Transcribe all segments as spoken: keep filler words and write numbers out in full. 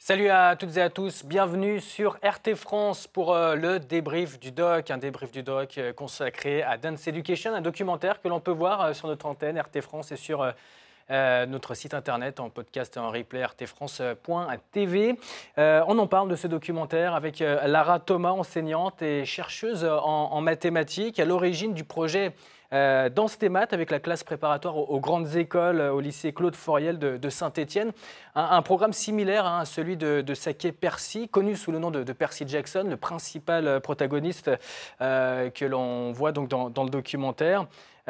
Salut à toutes et à tous, bienvenue sur R T France pour euh, le débrief du doc, un débrief du doc euh, consacré à Dance Education, un documentaire que l'on peut voir euh, sur notre antenne R T France et sur euh, euh, notre site internet en podcast et en replay r t france point t v. Euh, on en parle de ce documentaire avec euh, Lara Thomas, enseignante et chercheuse en, en mathématiques, à l'origine du projet Euh, dans STEMAT avec la classe préparatoire aux, aux grandes écoles, au lycée Claude Foriel de, de Saint-Étienne. Un, un programme similaire hein, à celui de, de Saké Percy, connu sous le nom de, de Percy Jackson, le principal protagoniste euh, que l'on voit donc dans, dans le documentaire.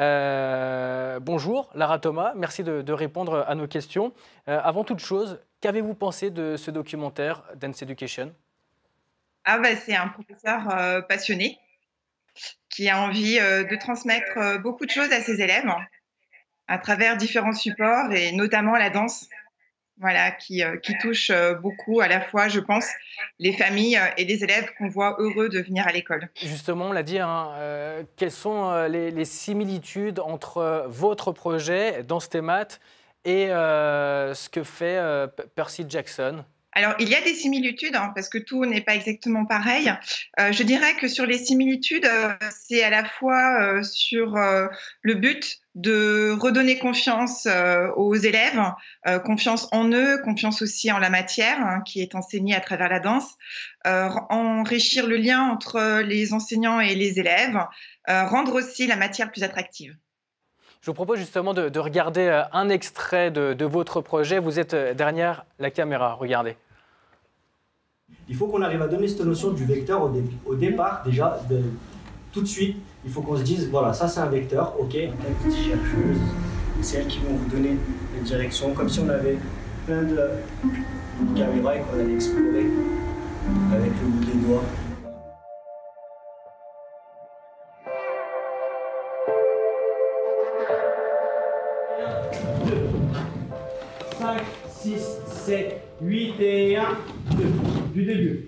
Euh, bonjour Lara Thomas, merci de, de répondre à nos questions. Euh, avant toute chose, qu'avez-vous pensé de ce documentaire Dance Education ? Ah bah, c'est un professeur euh, passionné qui a envie euh, de transmettre euh, beaucoup de choses à ses élèves à travers différents supports et notamment la danse, voilà, qui, euh, qui touche euh, beaucoup à la fois, je pense, les familles euh, et les élèves qu'on voit heureux de venir à l'école. Justement, on l'a dit, hein, euh, quelles sont euh, les, les similitudes entre euh, votre projet dans STEMAT et euh, ce que fait euh, Percy Jackson ? Alors, il y a des similitudes, hein, parce que tout n'est pas exactement pareil. Euh, je dirais que sur les similitudes, euh, c'est à la fois euh, sur euh, le but de redonner confiance euh, aux élèves, euh, confiance en eux, confiance aussi en la matière hein, qui est enseignée à travers la danse, euh, enrichir le lien entre les enseignants et les élèves, euh, rendre aussi la matière plus attractive. Je vous propose justement de, de regarder un extrait de, de votre projet. Vous êtes derrière la caméra, regardez. Il faut qu'on arrive à donner cette notion du vecteur au, dé au départ, déjà, de, tout de suite. Il faut qu'on se dise, voilà, ça c'est un vecteur, ok. Les petites chercheuses, c'est elles qui vont vous donner les directions, comme si on avait plein de caméras et qu'on allait explorer avec le bout des doigts. deux, cinq, six, sept, huit et un, deux, du début.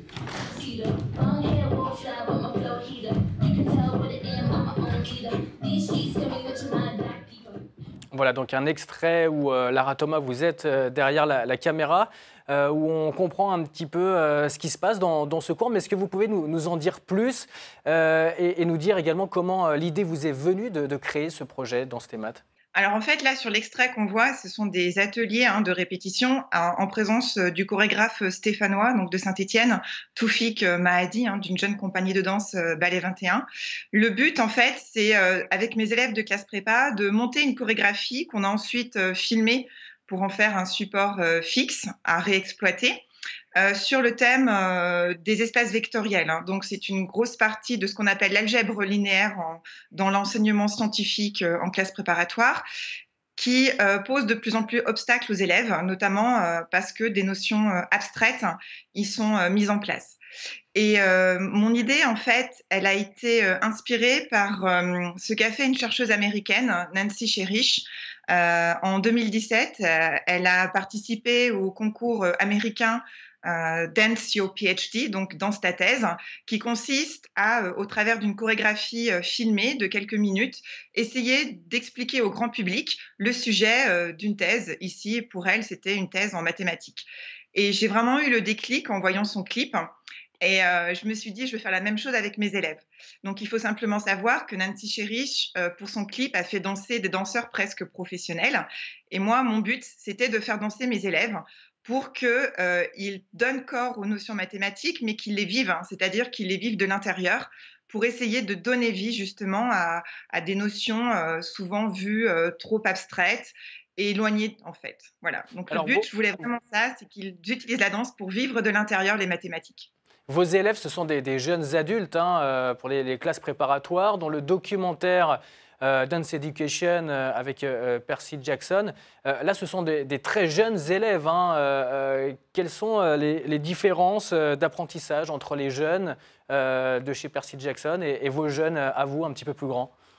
Voilà donc un extrait où euh, Lara Thomas, vous êtes euh, derrière la, la caméra, euh, où on comprend un petit peu euh, ce qui se passe dans, dans ce cours. Mais est-ce que vous pouvez nous, nous en dire plus euh, et, et nous dire également comment euh, l'idée vous est venue de, de créer ce projet dans STEMAT ? Alors en fait, là, sur l'extrait qu'on voit, ce sont des ateliers hein, de répétition hein, en présence euh, du chorégraphe stéphanois, donc de Saint-Étienne, Toufik euh, Mahadi, hein, d'une jeune compagnie de danse euh, Ballet vingt et un. Le but, en fait, c'est euh, avec mes élèves de classe prépa de monter une chorégraphie qu'on a ensuite euh, filmée pour en faire un support euh, fixe à réexploiter. Euh, sur le thème euh, des espaces vectoriels. Hein. Donc, c'est une grosse partie de ce qu'on appelle l'algèbre linéaire en, dans l'enseignement scientifique euh, en classe préparatoire, qui euh, pose de plus en plus obstacles aux élèves, notamment euh, parce que des notions euh, abstraites hein, y sont euh, mises en place. Et euh, mon idée, en fait, elle a été euh, inspirée par euh, ce qu'a fait une chercheuse américaine, Nancy Sherrish. Euh, en deux mille dix-sept, euh, elle a participé au concours euh, américain euh, Dance Your PhD, donc Danse ta thèse, qui consiste à, euh, au travers d'une chorégraphie euh, filmée de quelques minutes, essayer d'expliquer au grand public le sujet euh, d'une thèse. Ici, pour elle, c'était une thèse en mathématiques. Et j'ai vraiment eu le déclic en voyant son clip. Et euh, je me suis dit, je vais faire la même chose avec mes élèves. Donc, il faut simplement savoir que Nancy Sherrish, euh, pour son clip, a fait danser des danseurs presque professionnels. Et moi, mon but, c'était de faire danser mes élèves pour qu'ils euh, donnent corps aux notions mathématiques, mais qu'ils les vivent, hein, c'est-à-dire qu'ils les vivent de l'intérieur, pour essayer de donner vie justement à, à des notions euh, souvent vues euh, trop abstraites et éloignées en fait. Voilà. Donc, Alors, le but, vous... je voulais vraiment ça, c'est qu'ils utilisent la danse pour vivre de l'intérieur les mathématiques. Vos élèves, ce sont des, des jeunes adultes hein, euh, pour les, les classes préparatoires. Dans le documentaire euh, Dance Education euh, avec euh, Percy Jackson, euh, là, ce sont des, des très jeunes élèves. Hein, euh, euh, quelles sont euh, les, les différences euh, d'apprentissage entre les jeunes euh, de chez Percy Jackson et, et vos jeunes euh, à vous, un petit peu plus grands ?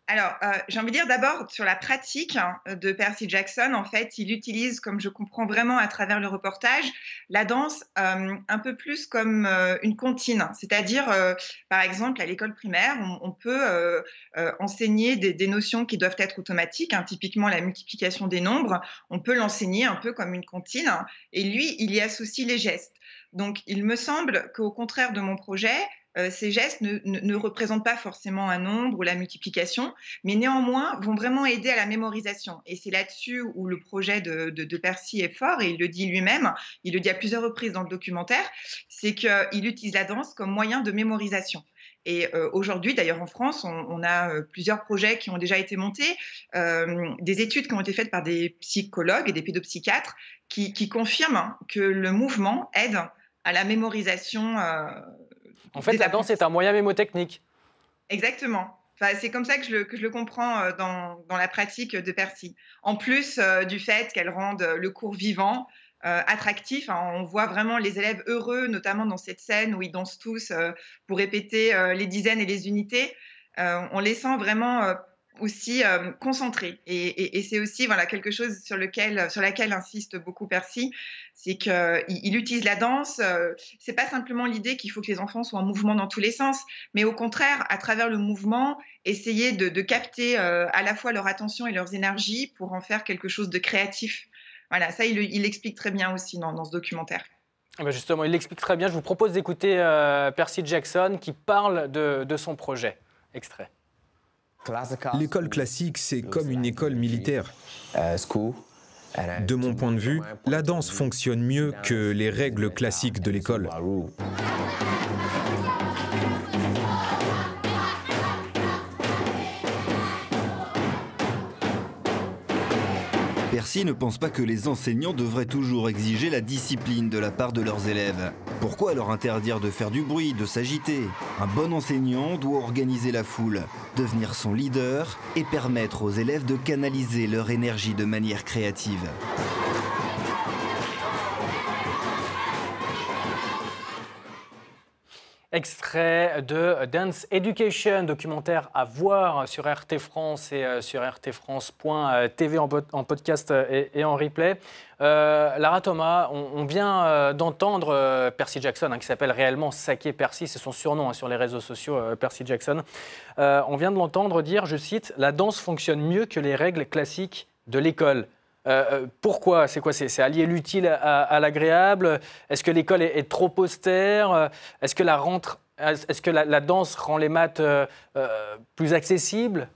Alors, euh, j'ai envie de dire d'abord sur la pratique hein, de Percy Jackson, en fait, il utilise, comme je comprends vraiment à travers le reportage, la danse euh, un peu plus comme euh, une comptine. C'est-à-dire, euh, par exemple, à l'école primaire, on, on peut euh, euh, enseigner des, des notions qui doivent être automatiques, hein, typiquement la multiplication des nombres. On peut l'enseigner un peu comme une comptine, hein, et lui, il y associe les gestes. Donc, il me semble qu'au contraire de mon projet, euh, ces gestes ne, ne, ne représentent pas forcément un nombre ou la multiplication, mais néanmoins vont vraiment aider à la mémorisation. Et c'est là-dessus où le projet de, de, de Percy est fort, et il le dit lui-même, il le dit à plusieurs reprises dans le documentaire, c'est qu'il utilise la danse comme moyen de mémorisation. Et euh, aujourd'hui, d'ailleurs en France, on, on a euh, plusieurs projets qui ont déjà été montés, euh, des études qui ont été faites par des psychologues et des pédopsychiatres qui, qui confirment que le mouvement aide à la mémorisation. Euh, en fait, la danse est un moyen mémotechnique. Exactement. Enfin, c'est comme ça que je le, que je le comprends euh, dans, dans la pratique de Percy. En plus euh, du fait qu'elle rende le cours vivant, euh, attractif, hein, on voit vraiment les élèves heureux, notamment dans cette scène où ils dansent tous euh, pour répéter euh, les dizaines et les unités. Euh, on les sent vraiment euh, aussi euh, concentrés. Et, et, et c'est aussi voilà, quelque chose sur, lequel, sur laquelle insiste beaucoup Percy, c'est qu'il il utilise la danse. Euh, c'est pas simplement l'idée qu'il faut que les enfants soient en mouvement dans tous les sens, mais au contraire, à travers le mouvement, essayer de, de capter euh, à la fois leur attention et leurs énergies pour en faire quelque chose de créatif. Voilà, ça, il, il l'explique très bien aussi dans, dans ce documentaire. Eh bien justement, il l'explique très bien. Je vous propose d'écouter euh, Percy Jackson qui parle de, de son projet. Extrait. L'école classique, c'est comme une école militaire. De mon point de vue, la danse fonctionne mieux que les règles classiques de l'école. Percy ne pense pas que les enseignants devraient toujours exiger la discipline de la part de leurs élèves. Pourquoi leur interdire de faire du bruit, de s'agiter? Un bon enseignant doit organiser la foule, devenir son leader et permettre aux élèves de canaliser leur énergie de manière créative. Extrait de Dance Education, documentaire à voir sur R T France et sur r t france point t v en, en podcast et, et en replay. Euh, Lara Thomas, on, on vient d'entendre euh, Percy Jackson, hein, qui s'appelle réellement Saké Percy, c'est son surnom hein, sur les réseaux sociaux, euh, Percy Jackson. Euh, on vient de l'entendre dire, je cite, « La danse fonctionne mieux que les règles classiques de l'école ». Euh, pourquoi? C'est quoi? C'est allier l'utile à, à l'agréable? Est-ce que l'école est, est trop austère? Est-ce que, la, rentre, est-ce que la, la danse rend les maths euh, euh, plus accessibles?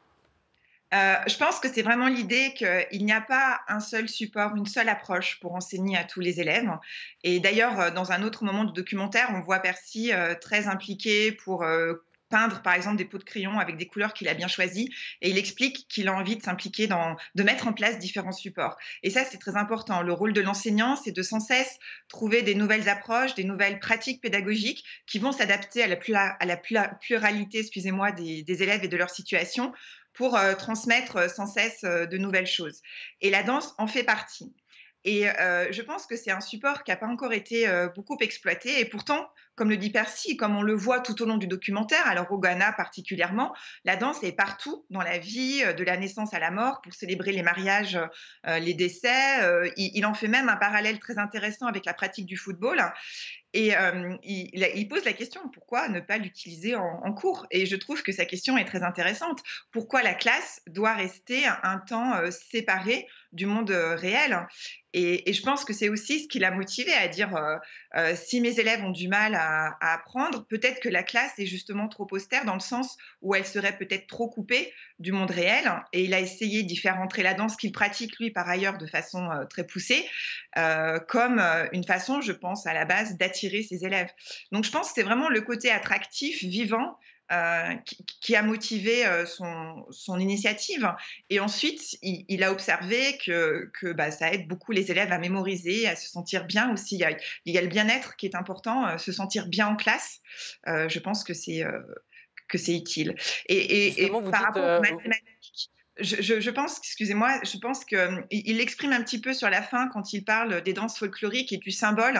Euh, je pense que c'est vraiment l'idée qu'il n'y a pas un seul support, une seule approche pour enseigner à tous les élèves. Et d'ailleurs, dans un autre moment du documentaire, on voit Percy euh, très impliqué pour euh, peindre par exemple des pots de crayon avec des couleurs qu'il a bien choisies, et il explique qu'il a envie de s'impliquer dans, de mettre en place différents supports. Et ça, c'est très important. Le rôle de l'enseignant, c'est de sans cesse trouver des nouvelles approches, des nouvelles pratiques pédagogiques qui vont s'adapter à la, plura, à la pluralité, excusez-moi, des, des élèves et de leur situation pour euh, transmettre sans cesse euh, de nouvelles choses. Et la danse en fait partie. Et euh, je pense que c'est un support qui n'a pas encore été euh, beaucoup exploité. Et pourtant, comme le dit Percy, comme on le voit tout au long du documentaire, alors au Ghana particulièrement, la danse est partout dans la vie, de la naissance à la mort, pour célébrer les mariages, euh, les décès. Euh, il, il en fait même un parallèle très intéressant avec la pratique du football. Et euh, il, il pose la question, pourquoi ne pas l'utiliser en, en cours? Et je trouve que sa question est très intéressante. Pourquoi la classe doit rester un, un temps euh, séparé du monde euh, réel? Et, et je pense que c'est aussi ce qui l'a motivé à dire euh, euh, si mes élèves ont du mal à, à apprendre, peut-être que la classe est justement trop austère dans le sens où elle serait peut-être trop coupée du monde réel. Et il a essayé d'y faire entrer la danse qu'il pratique lui par ailleurs de façon euh, très poussée, euh, comme euh, une façon, je pense, à la base d'attirer ses élèves. Donc je pense que c'est vraiment le côté attractif, vivant, Euh, qui, qui a motivé euh, son, son initiative. Et ensuite, il, il a observé que, que bah, ça aide beaucoup les élèves à mémoriser, à se sentir bien aussi. Il y a, il y a le bien-être qui est important, euh, se sentir bien en classe. Euh, je pense que c'est euh, que c'est utile. Et, et, et par dites, rapport euh, aux mathématiques, je, je, je pense, excusez-moi, je pense qu'il il exprime un petit peu sur la fin quand il parle des danses folkloriques et du symbole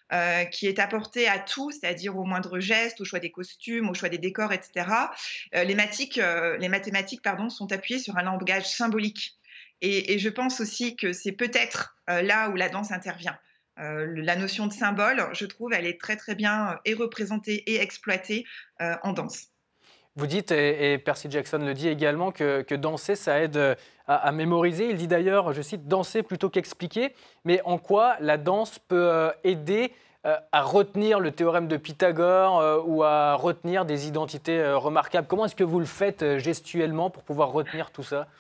euh, qui est apporté à tout, c'est-à-dire au moindre geste, au choix des costumes, au choix des décors, et cetera. Euh, les, mathématiques, euh, les mathématiques pardon, sont appuyées sur un langage symbolique. Et, et je pense aussi que c'est peut-être euh, là où la danse intervient. Euh, la notion de symbole, je trouve, elle est très très bien et représentée et exploitée euh, en danse. Vous dites, et, et Percy Jackson le dit également, que, que danser, ça aide à, à mémoriser. Il dit d'ailleurs, je cite, danser plutôt qu'expliquer. Mais en quoi la danse peut aider à retenir le théorème de Pythagore ou à retenir des identités remarquables? Comment est-ce que vous le faites gestuellement pour pouvoir retenir tout ça?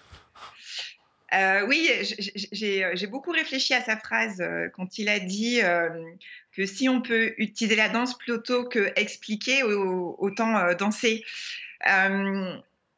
Euh, oui, j'ai beaucoup réfléchi à sa phrase euh, quand il a dit euh, que si on peut utiliser la danse plutôt que expliquer, autant euh, danser. Euh,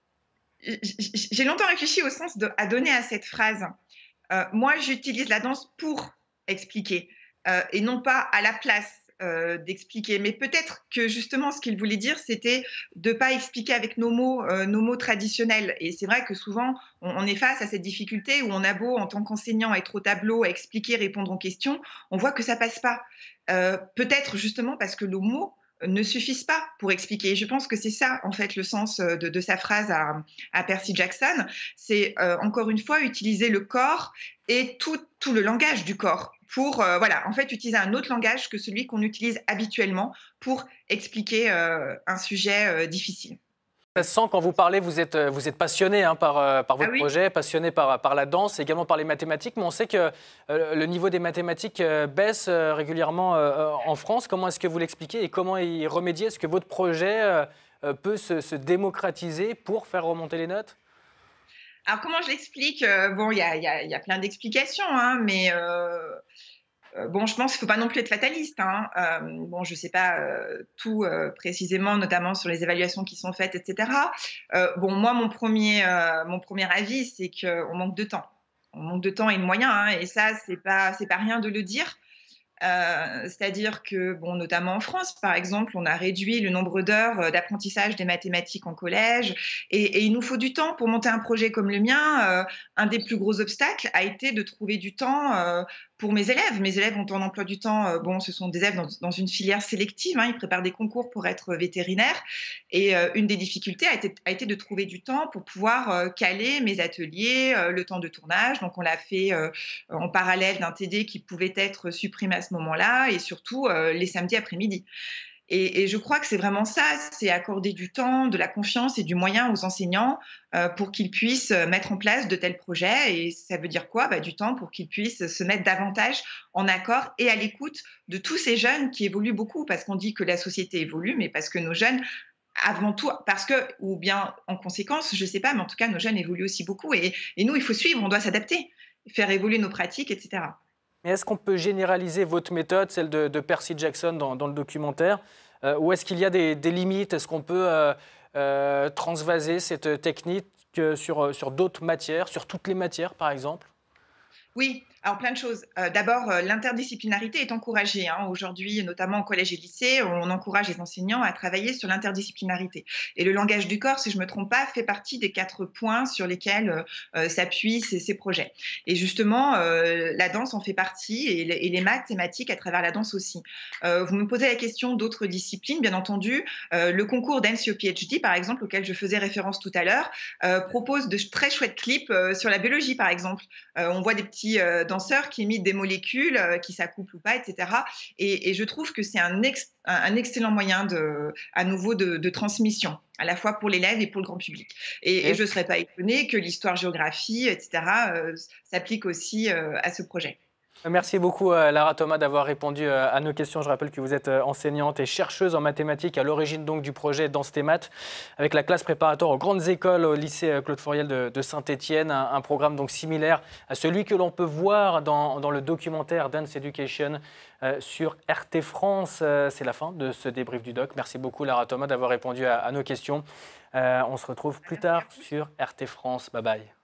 j'ai longtemps réfléchi au sens de, à donner à cette phrase. Euh, moi, j'utilise la danse pour expliquer euh, et non pas à la place euh, d'expliquer. Mais peut-être que justement, ce qu'il voulait dire, c'était de ne pas expliquer avec nos mots, euh, nos mots traditionnels. Et c'est vrai que souvent, on, on est face à cette difficulté où on a beau, en tant qu'enseignant, être au tableau, à expliquer, répondre aux questions, on voit que ça passe pas. Euh, peut-être justement parce que nos mots ne suffisent pas pour expliquer. Et je pense que c'est ça, en fait, le sens de, de sa phrase à, à Percy Jackson. C'est, euh, encore une fois, utiliser le corps et tout, tout le langage du corps pour, euh, voilà, en fait, utiliser un autre langage que celui qu'on utilise habituellement pour expliquer euh, un sujet euh, difficile. Ça se sent quand vous parlez, vous êtes, vous êtes passionné hein, par, par votre ah oui. projet, passionné par, par la danse, également par les mathématiques, mais on sait que euh, le niveau des mathématiques euh, baisse euh, régulièrement euh, en France. Comment est-ce que vous l'expliquez et comment y remédier? Est-ce que votre projet euh, peut se, se démocratiser pour faire remonter les notes? Alors comment je l'explique? Bon, il y a, y, a, y a plein d'explications, hein, mais... Euh... Bon, je pense qu'il ne faut pas non plus être fataliste. Hein. Euh, bon, je ne sais pas euh, tout euh, précisément, notamment sur les évaluations qui sont faites, et cetera. Euh, bon, moi, mon premier, euh, mon premier avis, c'est qu'on manque de temps. On manque de temps et de moyens, hein, et ça, ce n'est pas, c'est pas rien de le dire. Euh, c'est-à-dire que, bon, notamment en France, par exemple, on a réduit le nombre d'heures d'apprentissage des mathématiques en collège et, et il nous faut du temps pour monter un projet comme le mien. Euh, un des plus gros obstacles a été de trouver du temps euh, pour mes élèves. Mes élèves ont un emploi du temps, euh, bon, ce sont des élèves dans, dans une filière sélective, hein, ils préparent des concours pour être vétérinaires et euh, une des difficultés a été, a été de trouver du temps pour pouvoir euh, caler mes ateliers, euh, le temps de tournage. Donc, on l'a fait euh, en parallèle d'un T D qui pouvait être supprimé à ce moment-là et surtout euh, les samedis après-midi. Et, et je crois que c'est vraiment ça, c'est accorder du temps, de la confiance et du moyen aux enseignants euh, pour qu'ils puissent mettre en place de tels projets. Et ça veut dire quoi? Bah, du temps pour qu'ils puissent se mettre davantage en accord et à l'écoute de tous ces jeunes qui évoluent beaucoup, parce qu'on dit que la société évolue, mais parce que nos jeunes, avant tout, parce que, ou bien en conséquence, je ne sais pas, mais en tout cas, nos jeunes évoluent aussi beaucoup. Et, et nous, il faut suivre, on doit s'adapter, faire évoluer nos pratiques, et cetera. Mais est-ce qu'on peut généraliser votre méthode, celle de, de Percy Jackson dans, dans le documentaire, euh, ou est-ce qu'il y a des, des limites? Est-ce qu'on peut euh, euh, transvaser cette technique sur, sur d'autres matières, sur toutes les matières par exemple? Oui, alors plein de choses. Euh, D'abord, euh, l'interdisciplinarité est encouragée. Hein. Aujourd'hui, notamment au collège et lycée, on encourage les enseignants à travailler sur l'interdisciplinarité. Et le langage du corps, si je ne me trompe pas, fait partie des quatre points sur lesquels euh, s'appuient ces, ces projets. Et justement, euh, la danse en fait partie et les, et les mathématiques à travers la danse aussi. Euh, vous me posez la question d'autres disciplines, bien entendu. Euh, le concours d'N C O PhD, par exemple, auquel je faisais référence tout à l'heure, euh, propose de très chouettes clips euh, sur la biologie, par exemple. Euh, on voit des petits euh, danseurs qui imitent des molécules, euh, qui s'accouplent ou pas, et cetera. Et, et je trouve que c'est un, ex, un, un excellent moyen de, à nouveau de, de transmission, à la fois pour l'élève et pour le grand public. Et, et je ne serais pas étonnée que l'histoire-géographie, et cetera, euh, s'applique aussi euh, à ce projet. Merci beaucoup Lara Thomas d'avoir répondu à nos questions. Je rappelle que vous êtes enseignante et chercheuse en mathématiques à l'origine donc du projet Danse tes maths avec la classe préparatoire aux grandes écoles au lycée Claude Fauriel de, de Saint-Étienne, un, un programme donc similaire à celui que l'on peut voir dans, dans le documentaire Dance Education euh, sur R T France. Euh, C'est la fin de ce débrief du doc. Merci beaucoup Lara Thomas d'avoir répondu à, à nos questions. Euh, on se retrouve plus tard sur R T France. Bye bye.